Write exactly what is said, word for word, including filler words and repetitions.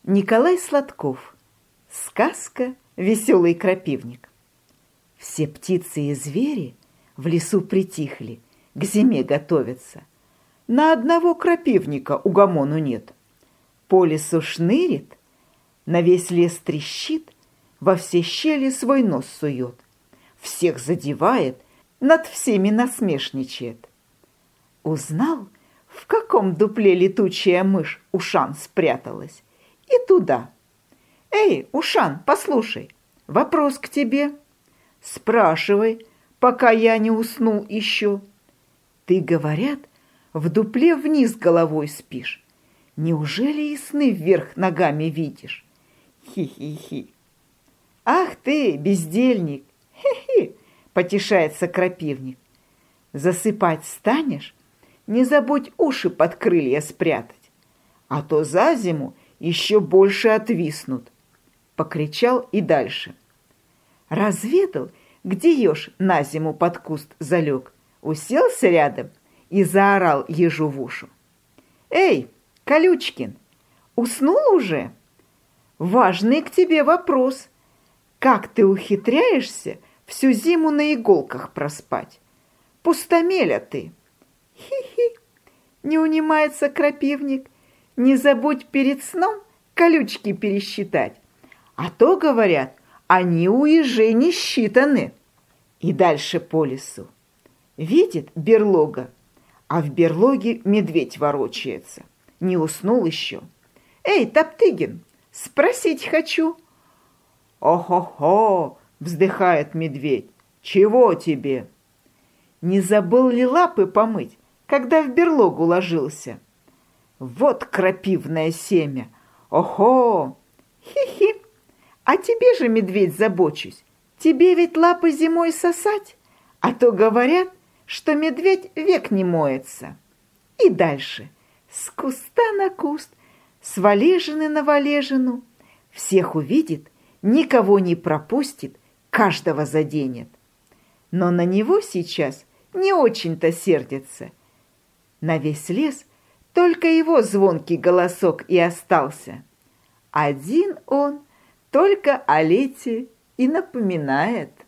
Николай Сладков. Сказка «Веселый крапивник». Все птицы и звери в лесу притихли, к зиме готовятся. На одного крапивника угомону нет. По лесу шнырит, на весь лес трещит, во все щели свой нос сует. Всех задевает, над всеми насмешничает. Узнал, в каком дупле летучая мышь Ушан спряталась, и туда. «Эй, Ушан, послушай, вопрос к тебе. Спрашивай, пока я не уснул еще. Ты, говорят, в дупле вниз головой спишь. Неужели и сны вверх ногами видишь? Хи-хи-хи». «Ах ты, бездельник! Хи-хи!» — потешается крапивник. «Засыпать станешь? Не забудь уши под крылья спрятать, а то за зиму еще больше отвиснут». Покричал и дальше. Разведал, где еж на зиму под куст залег, уселся рядом и заорал ежу в уши: «Эй, Колючкин, уснул уже? Важный к тебе вопрос. Как ты ухитряешься всю зиму на иголках проспать? Пустомеля ты!» «Хи-хи!» — не унимается крапивник. «Не забудь перед сном колючки пересчитать. А то, говорят, они у ежей не считаны». И дальше по лесу. Видит берлога, а в берлоге медведь ворочается. Не уснул еще. «Эй, Топтыгин, спросить хочу». «О-хо-хо!» — вздыхает медведь. «Чего тебе?» «Не забыл ли лапы помыть, когда в берлогу ложился?» «Вот крапивное семя! Охо! Хи-хи! А тебе же, медведь, забочусь. Тебе ведь лапы зимой сосать, а то говорят, что медведь век не моется». И дальше. С куста на куст, с валежины на валежину. Всех увидит, никого не пропустит, каждого заденет. Но на него сейчас не очень-то сердится. На весь лес только его звонкий голосок и остался. Один он только о лете и напоминает.